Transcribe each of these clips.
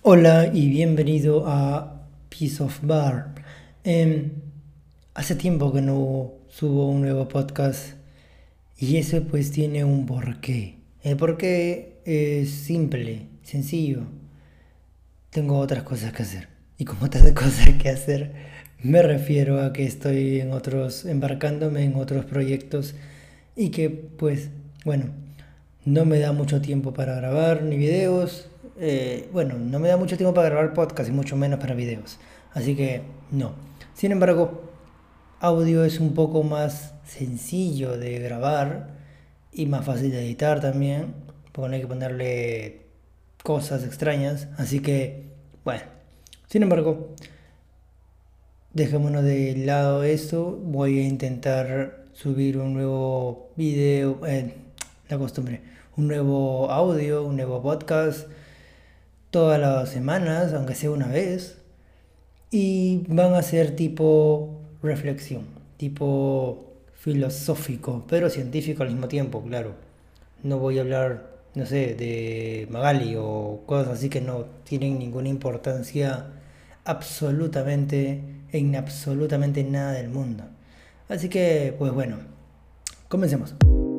Hola y bienvenido a Piece of Bar. Em, Hace tiempo que no subo un nuevo podcast y eso pues tiene un porqué. El porqué es simple, sencillo. Tengo otras cosas que hacer. Y como otras cosas que hacer, me refiero a que estoy embarcándome en otros proyectos y que pues, bueno, no me da mucho tiempo para grabar ni videos. Bueno, no me da mucho tiempo para grabar podcast y mucho menos para videos. Así que no. Sin embargo, audio es un poco más sencillo de grabar y más fácil de editar también, porque no hay que ponerle cosas extrañas. Así que, bueno. Sin embargo, dejémonos de lado esto. Voy a intentar subir un nuevo video, la costumbre, un nuevo audio, un nuevo podcast todas las semanas, aunque sea una vez. Y van a ser tipo reflexión, tipo filosófico, pero científico al mismo tiempo, claro. No voy a hablar, no sé, de Magali o cosas así que no tienen ninguna importancia absolutamente, en absolutamente nada del mundo. Así que, pues bueno, comencemos.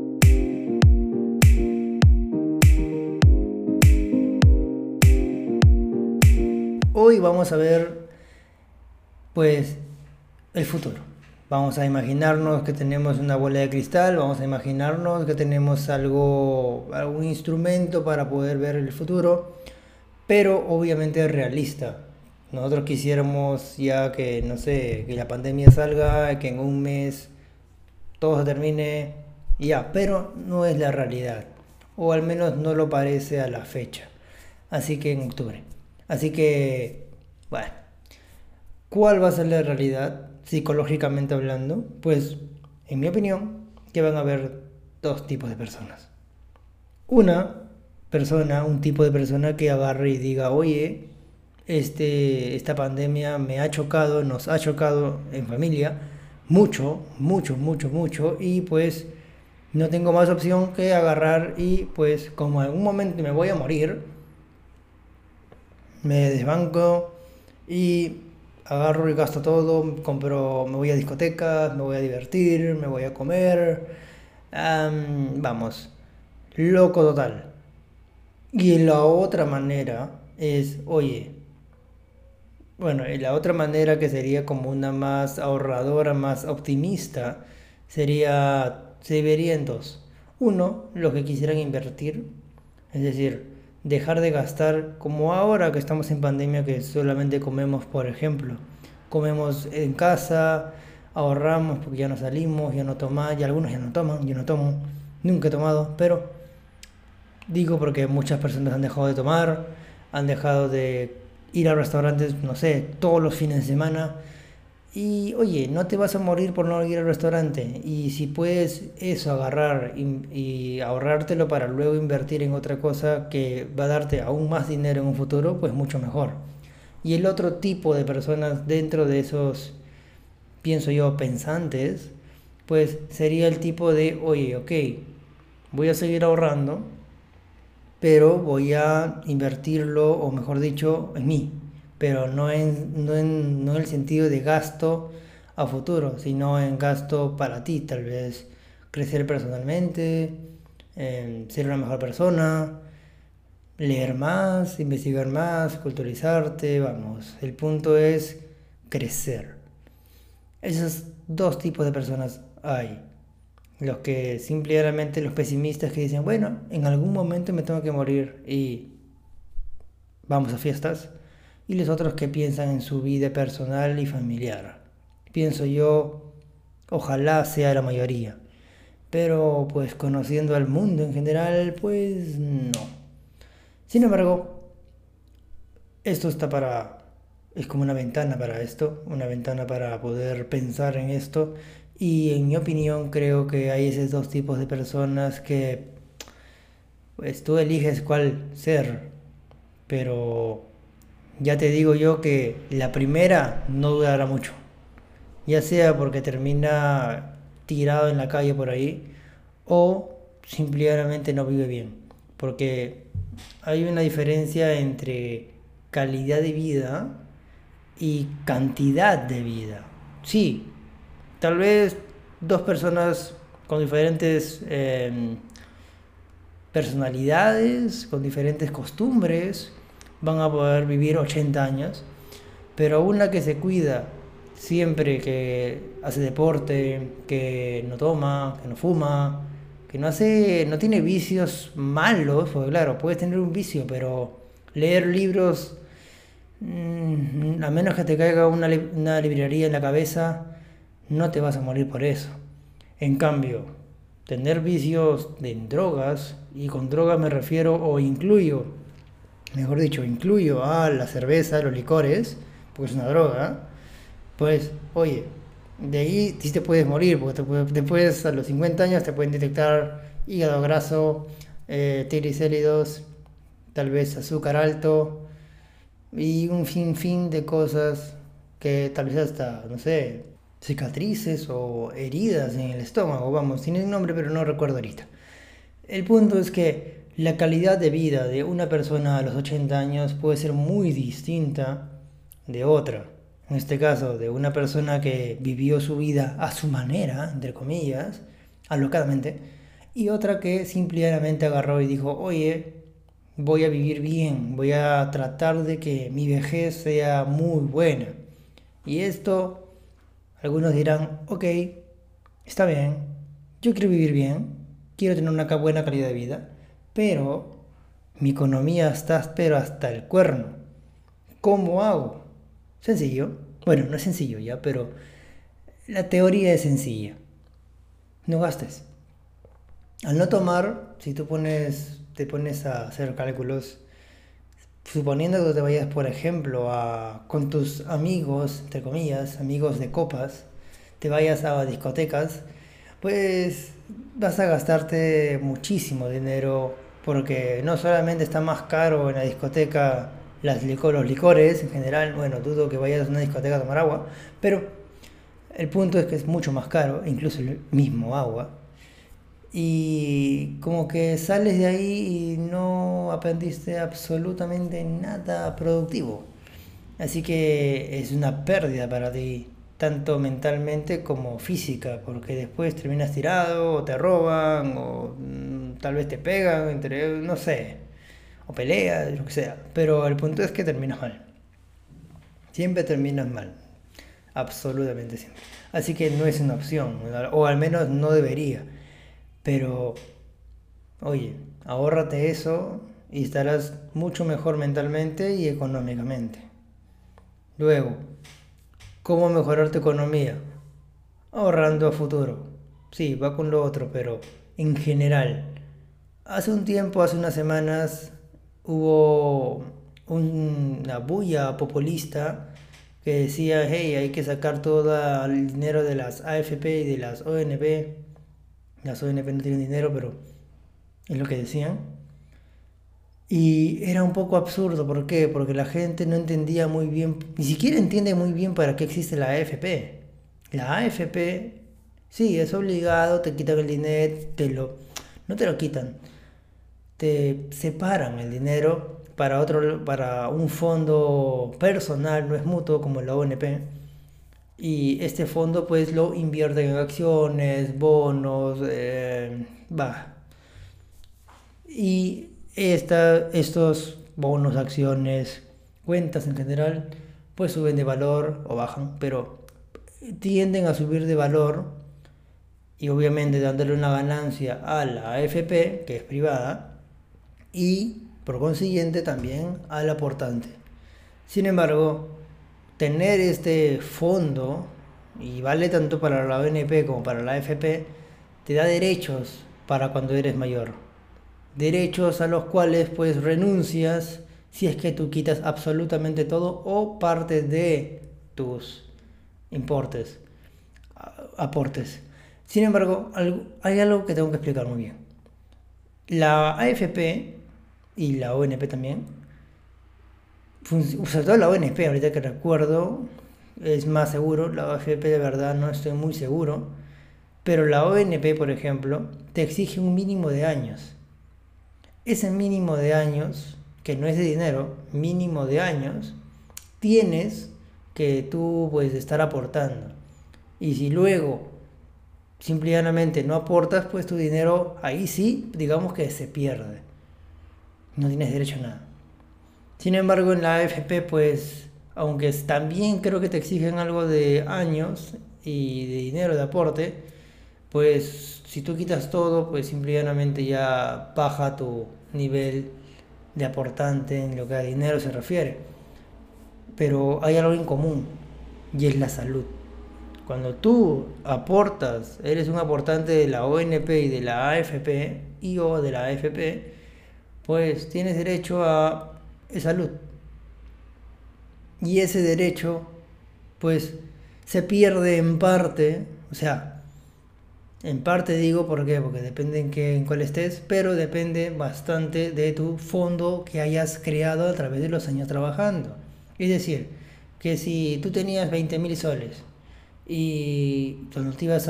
Hoy vamos a ver, pues, el futuro. Vamos a imaginarnos que tenemos una bola de cristal, vamos a imaginarnos que tenemos algún instrumento para poder ver el futuro, pero obviamente realista. Nosotros quisiéramos ya que, no sé, que la pandemia salga, que en un mes todo se termine y ya, pero no es la realidad, o al menos no lo parece a la fecha. Así que en octubre. Así que, bueno, ¿cuál va a ser la realidad psicológicamente hablando? Pues, en mi opinión, que van a haber dos tipos de personas. Una persona, un tipo de persona que agarre y diga, oye, esta pandemia me ha chocado, nos ha chocado en familia, mucho, mucho, mucho, mucho, y pues no tengo más opción que agarrar y pues como en algún momento me voy a morir, me desbanco y agarro y gasto todo, compro, me voy a discotecas, me voy a divertir, me voy a comer, vamos, loco total. Y la otra manera es, oye, bueno, y la otra manera que sería como una más ahorradora, más optimista, se vería en dos. Uno, los que quisieran invertir, es decir, dejar de gastar como ahora que estamos en pandemia que solamente comemos, por ejemplo, comemos en casa, ahorramos porque ya no salimos, ya no tomamos, y algunos ya no toman, yo no tomo, nunca he tomado, pero digo porque muchas personas han dejado de tomar, han dejado de ir a restaurantes, no sé, todos los fines de semana. Y oye, no te vas a morir por no ir al restaurante. Y si puedes eso, agarrar y ahorrártelo para luego invertir en otra cosa que va a darte aún más dinero en un futuro, pues mucho mejor. Y el otro tipo de personas dentro de esos, pienso yo, pensantes, pues sería el tipo de, oye, ok, voy a seguir ahorrando, pero voy a invertirlo, o mejor dicho, en mí, pero no en el sentido de gasto a futuro, sino en gasto para ti, tal vez crecer personalmente, ser una mejor persona, leer más, investigar más, culturizarte, vamos, el punto es crecer. Esos dos tipos de personas hay. Los que simplemente los pesimistas que dicen, bueno, en algún momento me tengo que morir y vamos a fiestas. Y los otros que piensan en su vida personal y familiar. Pienso yo, ojalá sea la mayoría. Pero pues conociendo al mundo en general, pues no. Sin embargo, esto está para... Es como una ventana para esto, una ventana para poder pensar en esto. Y en mi opinión creo que hay esos dos tipos de personas que pues tú eliges cuál ser, pero ya te digo yo que la primera no durará mucho, ya sea porque termina tirado en la calle por ahí o simplemente no vive bien, porque hay una diferencia entre calidad de vida y cantidad de vida. Sí, tal vez dos personas con diferentes personalidades, con diferentes costumbres, van a poder vivir 80 años, pero una que se cuida siempre, que hace deporte, que no toma, que no fuma, que no tiene vicios malos, porque claro, puedes tener un vicio, pero leer libros, a menos que te caiga una librería en la cabeza, no te vas a morir por eso. En cambio, tener vicios de drogas, y con drogas me refiero o incluyo, mejor dicho, incluyo a la cerveza, los licores, porque es una droga, pues, oye, de ahí sí te puedes morir, porque después a los 50 años te pueden detectar hígado graso, triglicéridos, tal vez azúcar alto y un fin de cosas que tal vez hasta, no sé, cicatrices o heridas en el estómago, vamos, tiene un nombre pero no recuerdo ahorita. El punto es que la calidad de vida de una persona a los 80 años puede ser muy distinta de otra. En este caso, de una persona que vivió su vida a su manera, entre comillas, alocadamente, y otra que simplemente agarró y dijo, oye, voy a vivir bien, voy a tratar de que mi vejez sea muy buena. Y esto, algunos dirán, ok, está bien, yo quiero vivir bien, quiero tener una buena calidad de vida, pero mi economía está pero hasta el cuerno. ¿Cómo hago? Sencillo. Bueno, no es sencillo ya, pero la teoría es sencilla. No gastes. Al no tomar, si te pones a hacer cálculos, suponiendo que te vayas, por ejemplo, con tus amigos, entre comillas, amigos de copas, te vayas a discotecas, pues vas a gastarte muchísimo dinero porque no solamente está más caro en la discoteca los licores en general, bueno, dudo que vayas a una discoteca a tomar agua, pero el punto es que es mucho más caro, incluso el mismo agua, y como que sales de ahí y no aprendiste absolutamente nada productivo. Así que es una pérdida para ti, tanto mentalmente como física, porque después terminas tirado, o te roban, o tal vez te pegan, no sé, o peleas, lo que sea. Pero el punto es que terminas mal. Siempre terminas mal, absolutamente siempre. Así que no es una opción, o al menos no debería. Pero, oye, ahórrate eso y estarás mucho mejor mentalmente y económicamente. Luego, ¿cómo mejorar tu economía? Ahorrando a futuro. Sí, va con lo otro, pero en general. Hace un tiempo, hace unas semanas, hubo una bulla populista que decía, hey, hay que sacar todo el dinero de las AFP y de las ONP. Las ONP no tienen dinero, pero es lo que decían. Y era un poco absurdo, ¿por qué? Porque la gente no entendía muy bien, ni siquiera entiende muy bien para qué existe la AFP. La AFP, sí, es obligado, te quitan el dinero, no te lo quitan, te separan el dinero para un fondo personal, no es mutuo como la ONP. Y este fondo pues lo invierten en acciones, bonos, y estos bonos, acciones, cuentas en general, pues suben de valor o bajan, pero tienden a subir de valor y obviamente dándole una ganancia a la AFP, que es privada, y por consiguiente también al aportante. Sin embargo, tener este fondo, y vale tanto para la ONP como para la AFP, te da derechos para cuando eres mayor. Derechos a los cuales pues renuncias si es que tú quitas absolutamente todo o parte de tus importes, aportes. Sin embargo, hay algo que tengo que explicar muy bien. La AFP y la ONP también, sobre todo la ONP, ahorita que recuerdo, es más seguro. La AFP de verdad no estoy muy seguro. Pero la ONP, por ejemplo, te exige un mínimo de años. Ese mínimo de años que no es de dinero, mínimo de años, tienes que tú pues estar aportando. Y si luego simplemente no aportas, pues tu dinero ahí sí, digamos que se pierde. No tienes derecho a nada. Sin embargo, en la AFP, pues, aunque también creo que te exigen algo de años y de dinero de aporte, pues si tú quitas todo, pues simplemente ya baja tu nivel de aportante en lo que a dinero se refiere. Pero hay algo en común y es la salud. Cuando tú aportas, eres un aportante de la ONP y de la AFP y o de la AFP, pues tienes derecho a salud. Y ese derecho, pues, se pierde en parte, o sea, en parte digo, ¿por qué? Porque depende en cuál estés, pero depende bastante de tu fondo que hayas creado a través de los años trabajando. Es decir, que si tú tenías 20.000 soles y cuando te ibas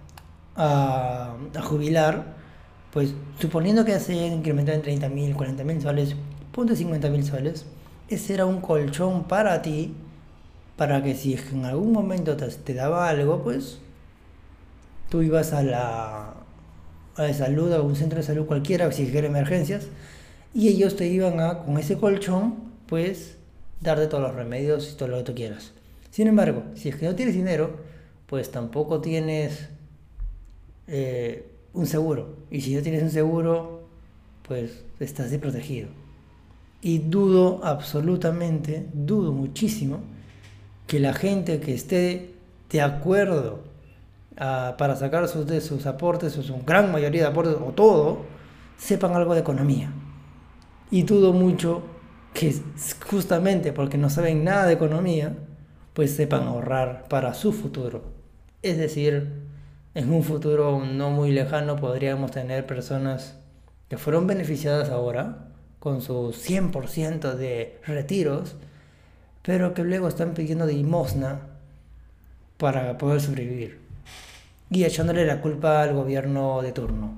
a jubilar, pues suponiendo que se hayan incrementado en 30.000, 40.000 soles, ponte 50.000 soles, ese era un colchón para ti, para que si en algún momento te daba algo, pues tú ibas a salud, a un centro de salud cualquiera, si era emergencias, y ellos te iban a, con ese colchón, pues darte todos los remedios y todo lo que tú quieras. Sin embargo, si es que no tienes dinero, pues tampoco tienes un seguro. Y si no tienes un seguro, pues estás desprotegido. Y dudo absolutamente, dudo muchísimo que la gente que esté de acuerdo para sacar sus aportes, o su gran mayoría de aportes, o todo, sepan algo de economía. Y dudo mucho que justamente porque no saben nada de economía, pues sepan ahorrar para su futuro. Es decir, en un futuro no muy lejano podríamos tener personas que fueron beneficiadas ahora con su 100% de retiros, pero que luego están pidiendo de limosna para poder sobrevivir y echándole la culpa al gobierno de turno.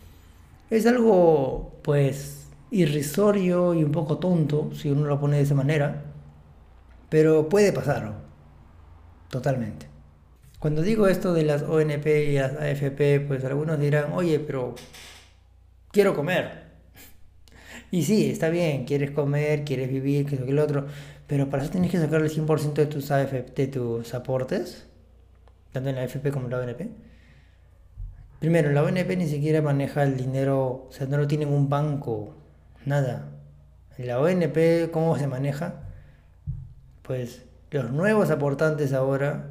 Es algo, pues, irrisorio y un poco tonto si uno lo pone de esa manera, pero puede pasar, totalmente. Cuando digo esto de las ONP y las AFP, pues algunos dirán, oye, pero quiero comer. Y sí, está bien, quieres comer, quieres vivir, que lo otro, pero para eso tienes que sacar el 100% de tus AFP, de tus aportes, tanto en la AFP como en la ONP. Primero, la ONP ni siquiera maneja el dinero, o sea, no lo tiene en un banco, nada. En la ONP, ¿cómo se maneja? Pues los nuevos aportantes ahora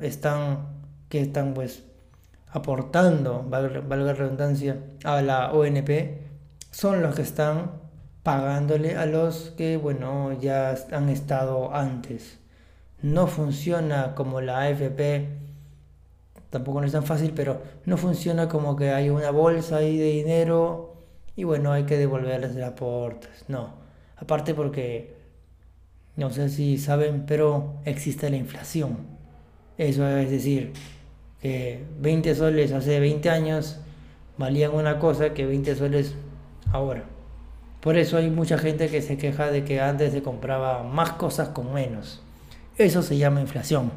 están pues aportando, valga la redundancia, a la ONP, son los que están pagándole a los que, bueno, ya han estado antes. No funciona como la AFP, tampoco no es tan fácil, pero no funciona como que hay una bolsa ahí de dinero y bueno, hay que devolverles el aportes. No, aparte porque, no sé si saben, pero existe la inflación. Eso es decir, que 20 soles hace 20 años valían una cosa que 20 soles ahora. Por eso hay mucha gente que se queja de que antes se compraba más cosas con menos. Eso se llama inflación.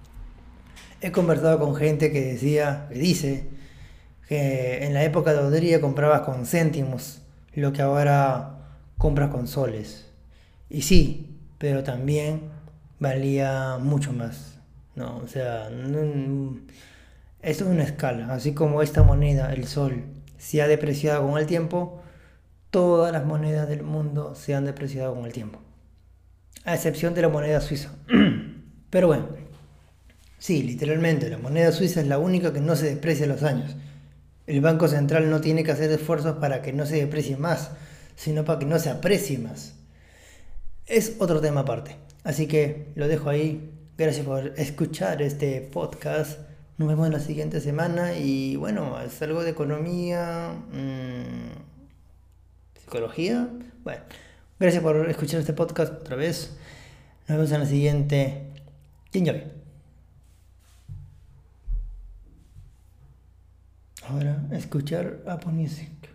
He conversado con gente que dice que en la época de Odría comprabas con céntimos, lo que ahora compras con soles. Y sí, pero también valía mucho más. No, o sea, esto es una escala. Así como esta moneda, el sol, se ha depreciado con el tiempo, todas las monedas del mundo se han depreciado con el tiempo. A excepción de la moneda suiza. Pero bueno, sí, literalmente, la moneda suiza es la única que no se deprecia a los años. El Banco Central no tiene que hacer esfuerzos para que no se deprecie más, sino para que no se aprecie más. Es otro tema aparte. Así que lo dejo ahí. Gracias por escuchar este podcast. Nos vemos la siguiente semana y bueno, es algo de economía, psicología. Bueno, gracias por escuchar este podcast otra vez. Nos vemos en la siguiente. Enjoy. Ahora, escuchar Apple Music.